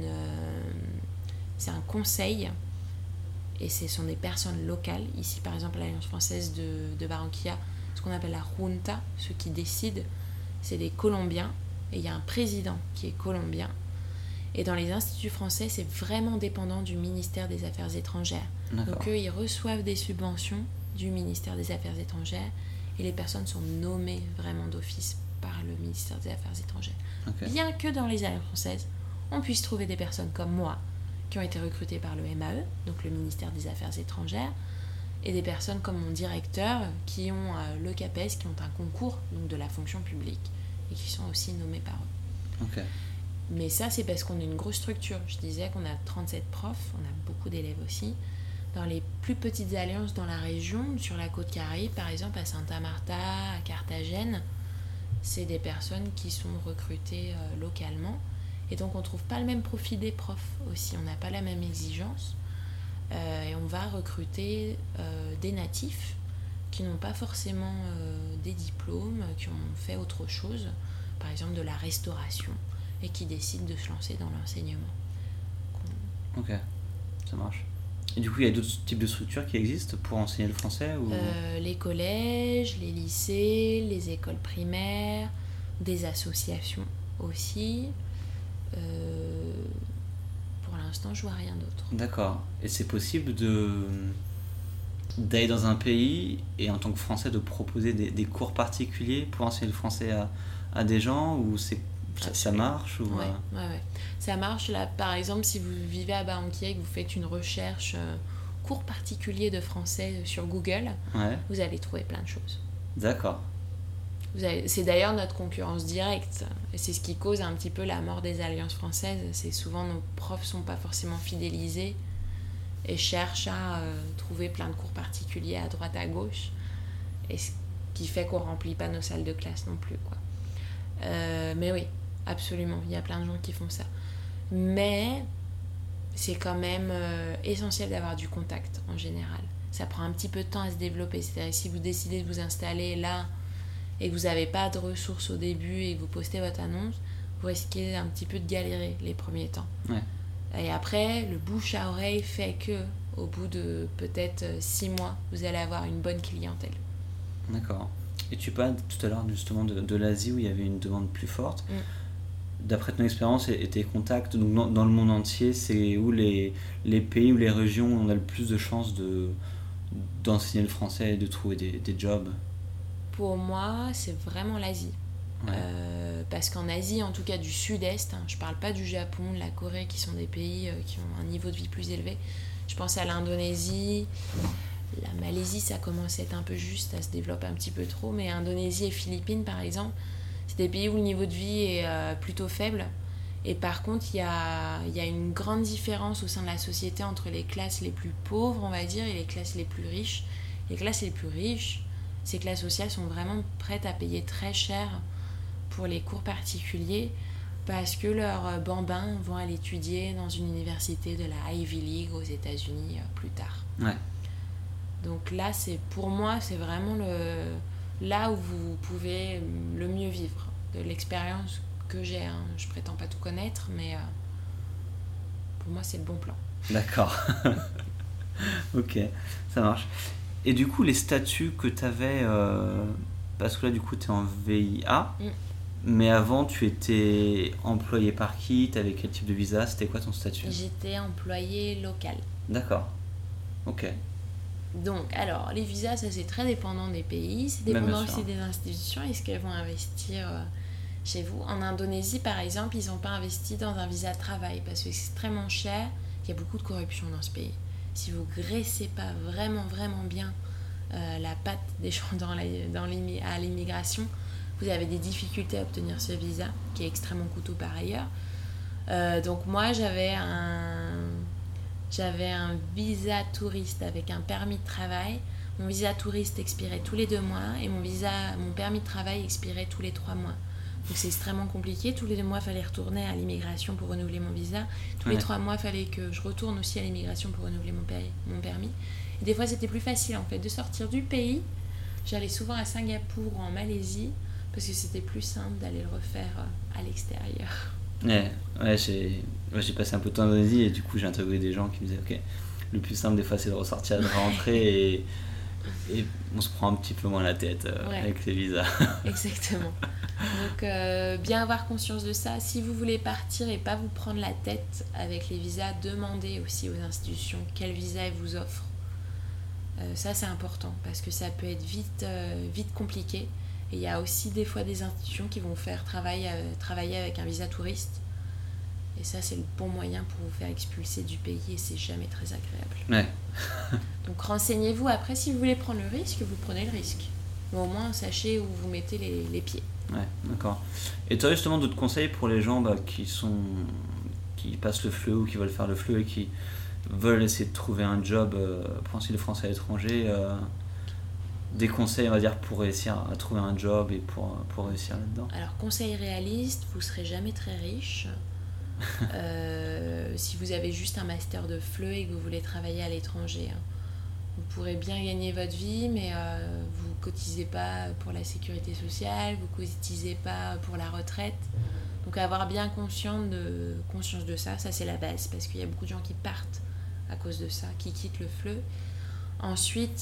un conseil, et ce sont des personnes locales. Ici par exemple l'Alliance française de Barranquilla, ce qu'on appelle la Junta, ceux qui décident, c'est des Colombiens, et il y a un président qui est colombien. Et dans les instituts français, c'est vraiment dépendant du ministère des Affaires étrangères. D'accord. Donc eux, ils reçoivent des subventions du ministère des Affaires étrangères, et les personnes sont nommées vraiment d'office par le ministère des Affaires étrangères. Okay. Bien que dans les alliances françaises, on puisse trouver des personnes comme moi qui ont été recrutées par le MAE, donc le ministère des Affaires étrangères, et des personnes comme mon directeur qui ont le CAPES, qui ont un concours donc de la fonction publique et qui sont aussi nommés par eux. Okay. Mais ça, c'est parce qu'on est une grosse structure. Je disais qu'on a 37 profs, on a beaucoup d'élèves aussi. Dans les plus petites alliances dans la région, sur la côte Caraïbe, par exemple à Santa Marta, à Carthagène, c'est des personnes qui sont recrutées localement. Et donc on ne trouve pas le même profil des profs aussi, on n'a pas la même exigence. Et on va recruter des natifs qui n'ont pas forcément des diplômes, qui ont fait autre chose, par exemple de la restauration, et qui décident de se lancer dans l'enseignement. Ok, ça marche. Et du coup, il y a d'autres types de structures qui existent pour enseigner le français ou... Les collèges, les lycées, les écoles primaires, des associations aussi. Pour l'instant, je vois rien d'autre. D'accord. Et c'est possible d'aller dans un pays et en tant que Français de proposer des cours particuliers pour enseigner le français à des gens, ou ça marche ou... Ouais. Ça marche. Là, par exemple, si vous vivez à Barranquilla et que vous faites une recherche cours particulier de français sur Google, vous allez trouver plein de choses. D'accord. C'est d'ailleurs notre concurrence directe, et c'est ce qui cause un petit peu la mort des alliances françaises. C'est souvent nos profs sont pas forcément fidélisés et cherchent à trouver plein de cours particuliers à droite à gauche, et ce qui fait qu'on remplit pas nos salles de classe non plus, quoi. Mais oui, absolument, il y a plein de gens qui font ça, mais c'est quand même essentiel d'avoir du contact en général. Ça prend un petit peu de temps à se développer, c'est-à-dire si vous décidez de vous installer là et que vous n'avez pas de ressources au début et que vous postez votre annonce, vous risquez un petit peu de galérer les premiers temps. Ouais. Et après, le bouche à oreille fait que au bout de peut-être 6 mois, vous allez avoir une bonne clientèle. D'accord. Et tu parlais tout à l'heure justement de l'Asie où il y avait une demande plus forte. D'après ton expérience et tes contacts, donc dans le monde entier, c'est où les pays ou les régions où on a le plus de chances d'enseigner le français et de trouver des jobs? Pour moi, c'est vraiment l'Asie. Ouais. Parce qu'en Asie, en tout cas du Sud-Est, je parle pas du Japon, de la Corée, qui sont des pays qui ont un niveau de vie plus élevé. Je pense à l'Indonésie, la Malaisie, ça commence à être un peu juste, ça se développe un petit peu trop, mais Indonésie et Philippines, par exemple, c'est des pays où le niveau de vie est plutôt faible. Et par contre, il y a une grande différence au sein de la société entre les classes les plus pauvres, on va dire, et les classes les plus riches. Les classes les plus riches, ces classes sociales sont vraiment prêtes à payer très cher pour les cours particuliers parce que leurs bambins vont aller étudier dans une université de la Ivy League aux États-Unis plus tard. Ouais. Donc là, pour moi, c'est vraiment là où vous pouvez le mieux vivre. De l'expérience que j'ai, je prétends pas tout connaître, mais pour moi, c'est le bon plan. D'accord. Ok, ça marche. Et du coup, les statuts que tu avais, parce que là, du coup, tu es en VIA, mais avant, tu étais employé par qui? Tu avais quel type de visa? C'était quoi ton statut? J'étais employé local. D'accord. Ok. Donc, alors, les visas, ça c'est très dépendant des pays, c'est dépendant aussi des institutions, est-ce qu'elles vont investir chez vous. En Indonésie, par exemple, ils n'ont pas investi dans un visa de travail parce que c'est extrêmement cher, il y a beaucoup de corruption dans ce pays. Si vous graissez pas vraiment, vraiment bien la patte des gens à l'immigration, vous avez des difficultés à obtenir ce visa, qui est extrêmement coûteux par ailleurs. Donc moi, j'avais un visa touriste avec un permis de travail. Mon visa touriste expirait tous les 2 mois et mon permis de travail expirait tous les 3 mois. Donc c'est extrêmement compliqué. Tous les 2 mois, il fallait retourner à l'immigration pour renouveler mon visa. Tous les 3 mois, il fallait que je retourne aussi à l'immigration pour renouveler mon permis. Et des fois, c'était plus facile en fait de sortir du pays. J'allais souvent à Singapour ou en Malaisie parce que c'était plus simple d'aller le refaire à l'extérieur. J'ai passé un peu de temps en Indonésie et du coup j'ai interviewé des gens qui me disaient ok, le plus simple des fois c'est de ressortir, de rentrer et on se prend un petit peu moins la tête avec les visas. Exactement. Donc bien avoir conscience de ça. Si vous voulez partir et pas vous prendre la tête avec les visas, demandez aussi aux institutions quel visa elles vous offrent. Ça c'est important parce que ça peut être vite compliqué. Et il y a aussi des fois des institutions qui vont faire travailler avec un visa touriste. Et ça, c'est le bon moyen pour vous faire expulser du pays et c'est jamais très agréable. Donc renseignez-vous. Après, si vous voulez prendre le risque, vous prenez le risque. Mais au moins, sachez où vous mettez les pieds. Ouais, d'accord. Et tu as justement d'autres conseils pour les gens qui passent le FLE ou qui veulent faire le FLE et qui veulent essayer de trouver un job pour enseigner le français à l'étranger des conseils, on va dire, pour réussir à trouver un job et pour réussir là-dedans? Alors, conseil réaliste, vous ne serez jamais très riche. Si vous avez juste un master de FLE et que vous voulez travailler à l'étranger. Vous pourrez bien gagner votre vie, mais vous ne cotisez pas pour la sécurité sociale, vous ne cotisez pas pour la retraite. Donc, avoir bien conscience de ça, ça c'est la base, parce qu'il y a beaucoup de gens qui partent à cause de ça, qui quittent le FLE. Ensuite,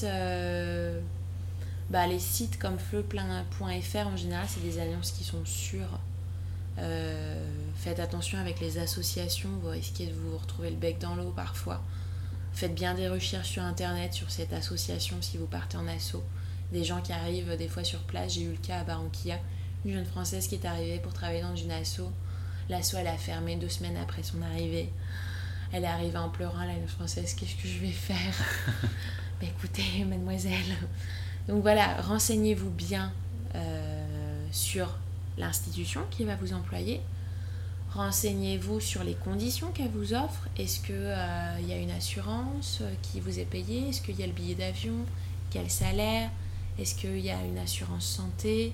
les sites comme FLE.fr en général, c'est des annonces qui sont sûres. Faites attention avec les associations, vous risquez de vous retrouver le bec dans l'eau parfois. Faites bien des recherches sur internet sur cette association si vous partez en asso. Des gens qui arrivent des fois sur place, j'ai eu le cas à Barranquilla, une jeune française qui est arrivée pour travailler dans une asso. L'asso elle a fermé 2 semaines après son arrivée. Elle est arrivée en pleurant, la jeune française, qu'est-ce que je vais faire? Écoutez mademoiselle. Donc voilà, renseignez-vous bien sur l'institution qui va vous employer. Renseignez-vous sur les conditions qu'elle vous offre. Est-ce qu'il y a une assurance qui vous est payée? Est-ce qu'il y a le billet d'avion? Quel salaire? Est-ce qu'il y a une assurance santé?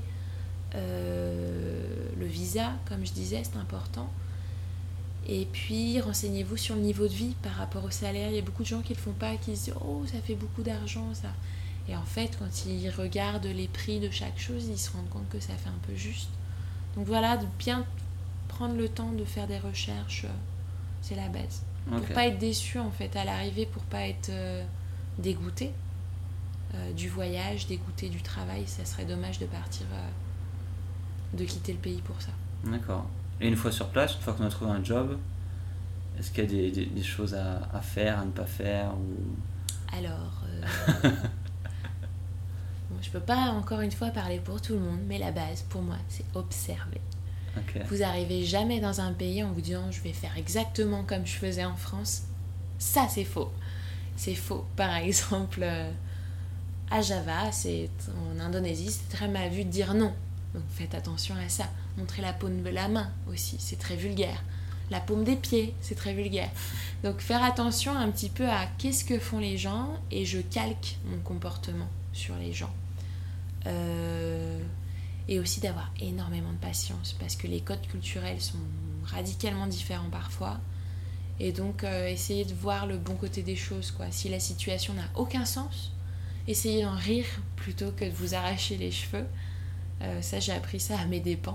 Le visa, comme je disais, c'est important. Et puis, renseignez-vous sur le niveau de vie par rapport au salaire. Il y a beaucoup de gens qui ne le font pas, qui se disent « Oh, ça fait beaucoup d'argent, ça !» Et en fait, quand ils regardent les prix de chaque chose, ils se rendent compte que ça fait un peu juste. Donc voilà, de bien prendre le temps de faire des recherches, c'est la base. Okay. Pour pas être déçu en fait à l'arrivée, pour pas être dégoûté du voyage, dégoûté du travail, ça serait dommage de partir, de quitter le pays pour ça. D'accord. Et une fois sur place, une fois qu'on a trouvé un job, est-ce qu'il y a des choses à faire, à ne pas faire ou... Alors, je peux pas encore une fois parler pour tout le monde, mais la base pour moi, c'est observer. Okay. Vous arrivez jamais dans un pays en vous disant je vais faire exactement comme je faisais en France. Ça c'est faux. C'est faux. Par exemple, à Java, en Indonésie, c'est très mal vu de dire non. Donc faites attention à ça. Montrez la paume de la main aussi, c'est très vulgaire. La paume des pieds, c'est très vulgaire. Donc faire attention un petit peu à qu'est-ce que font les gens et je calque mon comportement sur les gens. Et aussi d'avoir énormément de patience parce que les codes culturels sont radicalement différents parfois. Et donc essayez de voir le bon côté des choses, quoi. Si la situation n'a aucun sens, essayez d'en rire plutôt que de vous arracher les cheveux. Ça, j'ai appris ça à mes dépens.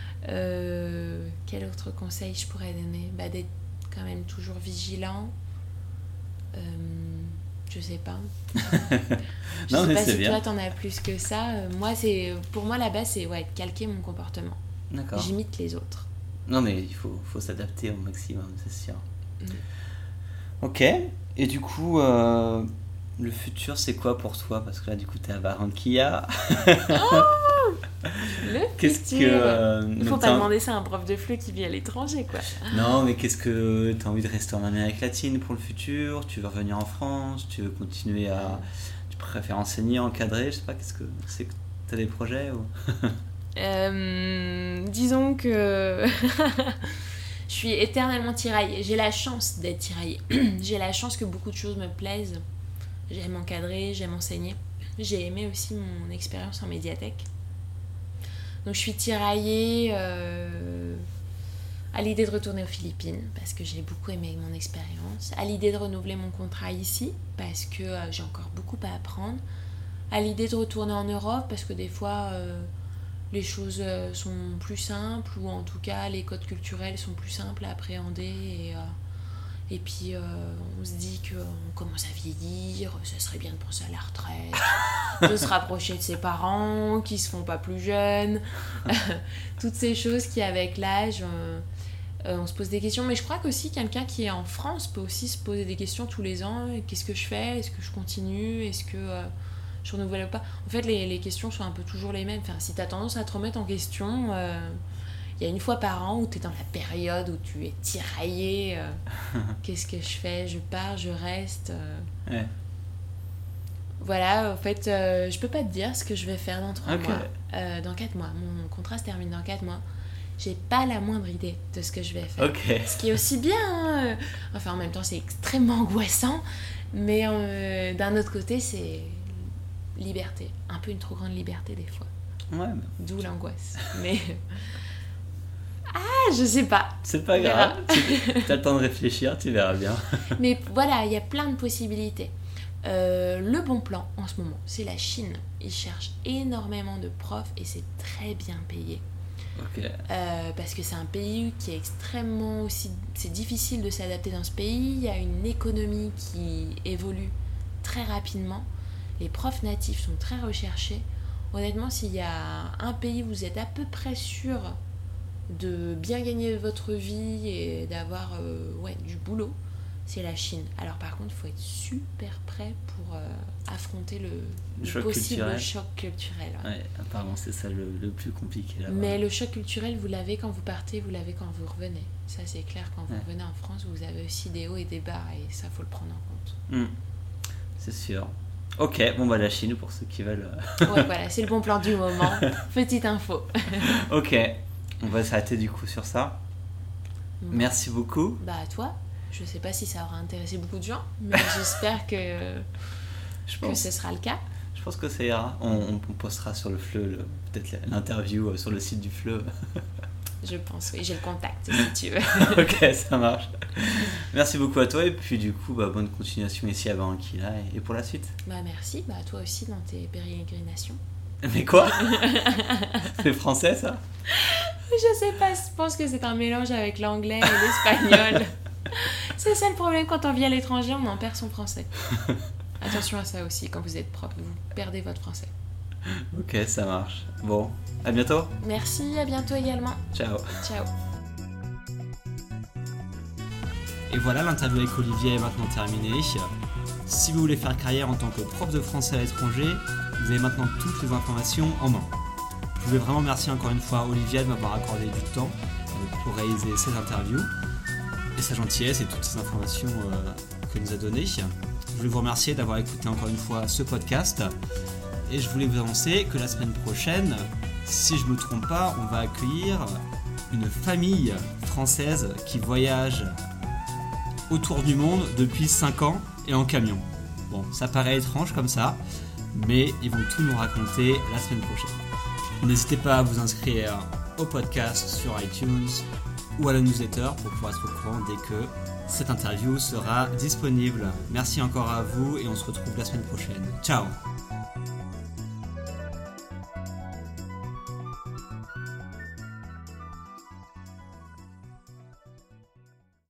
Quel autre conseil je pourrais donner? D'être quand même toujours vigilant. Je sais pas. Je sais pas si toi t'en as plus que ça. Pour moi la base c'est de calquer mon comportement. D'accord. J'imite les autres. Non mais il faut s'adapter au maximum, c'est sûr. Ok. Et du coup, Le futur, c'est quoi pour toi? Parce que là, du coup, t'es à Barranquilla. Le Qu'est-ce futur. que... Il faut pas demander ça à un prof de fleu qui vit à l'étranger, quoi. Non, mais qu'est-ce que t'as envie de rester en Amérique latine pour le futur? Tu veux revenir en France? Tu veux continuer à... Tu préfères enseigner, encadrer? Je sais pas, qu'est-ce que... C'est que t'as des projets ou... Disons que je suis éternellement tiraillée. J'ai la chance d'être tiraillée. J'ai la chance que beaucoup de choses me plaisent. J'aime encadrer, j'aime enseigner. J'ai aimé aussi mon expérience en médiathèque. Donc je suis tiraillée à l'idée de retourner aux Philippines parce que j'ai beaucoup aimé mon expérience. À l'idée de renouveler mon contrat ici parce que j'ai encore beaucoup à apprendre. À l'idée de retourner en Europe parce que des fois... les choses sont plus simples ou en tout cas les codes culturels sont plus simples à appréhender et puis on se dit qu'on commence à vieillir, ça serait bien de penser à la retraite, de se rapprocher de ses parents qui se font pas plus jeunes, toutes ces choses qui avec l'âge on se pose des questions. Mais je crois qu'aussi quelqu'un qui est en France peut aussi se poser des questions tous les ans. Qu'est-ce que je fais? Est-ce que je continue? Est-ce que je renouvelle ou pas? En fait, les questions sont un peu toujours les mêmes. Enfin, si tu as tendance à te remettre en question, il y a une fois par an où tu es dans la période où tu es tiraillé. Qu'est-ce que je fais? Je pars, je reste. Ouais. Voilà, en fait, je peux pas te dire ce que je vais faire dans 3 mois. Dans 4 mois. Mon contrat se termine dans 4 mois. J'ai pas la moindre idée de ce que je vais faire. Ce qui est aussi bien. Hein. Enfin, en même temps, c'est extrêmement angoissant. Mais d'un autre côté, c'est... liberté, un peu une trop grande liberté des fois. Ouais. D'où l'angoisse. Mais je sais pas. C'est pas grave. T'as le temps de réfléchir, tu verras bien. Mais voilà, il y a plein de possibilités. Le bon plan en ce moment, c'est la Chine. Ils cherchent énormément de profs et c'est très bien payé. Parce que c'est un pays qui est extrêmement aussi... C'est difficile de s'adapter dans ce pays. Il y a une économie qui évolue très rapidement. Les profs natifs sont très recherchés. Honnêtement, s'il y a un pays où vous êtes à peu près sûr de bien gagner votre vie et d'avoir du boulot, c'est la Chine. Alors par contre, il faut être super prêt pour affronter le possible choc culturel. Ouais, apparemment, c'est ça le plus compliqué là-bas. Mais le choc culturel, vous l'avez quand vous partez, vous l'avez quand vous revenez. Ça, c'est clair. Quand vous revenez en France, vous avez aussi des hauts et des bas et ça, faut le prendre en compte. C'est sûr. Ok, bon bah la Chine pour ceux qui veulent... Ouais, voilà, c'est le bon plan du moment. Petite info. Ok, on va s'arrêter du coup sur ça. Merci beaucoup. Bah à toi. Je sais pas si ça aura intéressé beaucoup de gens, mais j'espère que ce sera le cas. Je pense que ça ira. On postera sur le FLE, peut-être l'interview sur le site du FLE. Je pense, oui, j'ai le contact si tu veux. Ok, ça marche. Merci beaucoup à toi et puis du coup, bonne continuation ici à Barranquilla et pour la suite. Merci, à toi aussi dans tes pérégrinations. Mais quoi? C'est français ça? Je sais pas, je pense que c'est un mélange avec l'anglais et l'espagnol. C'est ça le problème quand on vit à l'étranger, on en perd son français. Attention à ça aussi, quand vous êtes prof, vous perdez votre français. Ok, ça marche. Bon, à bientôt. Merci, à bientôt également. Ciao. Ciao. Et voilà, l'interview avec Olivier est maintenant terminée. Si vous voulez faire carrière en tant que prof de français à l'étranger, vous avez maintenant toutes les informations en main. Je voulais vraiment remercier encore une fois Olivier de m'avoir accordé du temps pour réaliser ces interviews et sa gentillesse et toutes ces informations qu'elle nous a données. Je voulais vous remercier d'avoir écouté encore une fois ce podcast. Et je voulais vous annoncer que la semaine prochaine, si je ne me trompe pas, on va accueillir une famille française qui voyage autour du monde depuis 5 ans et en camion. Bon, ça paraît étrange comme ça, mais ils vont tout nous raconter la semaine prochaine. N'hésitez pas à vous inscrire au podcast sur iTunes ou à la newsletter pour pouvoir être au courant dès que cette interview sera disponible. Merci encore à vous et on se retrouve la semaine prochaine. Ciao!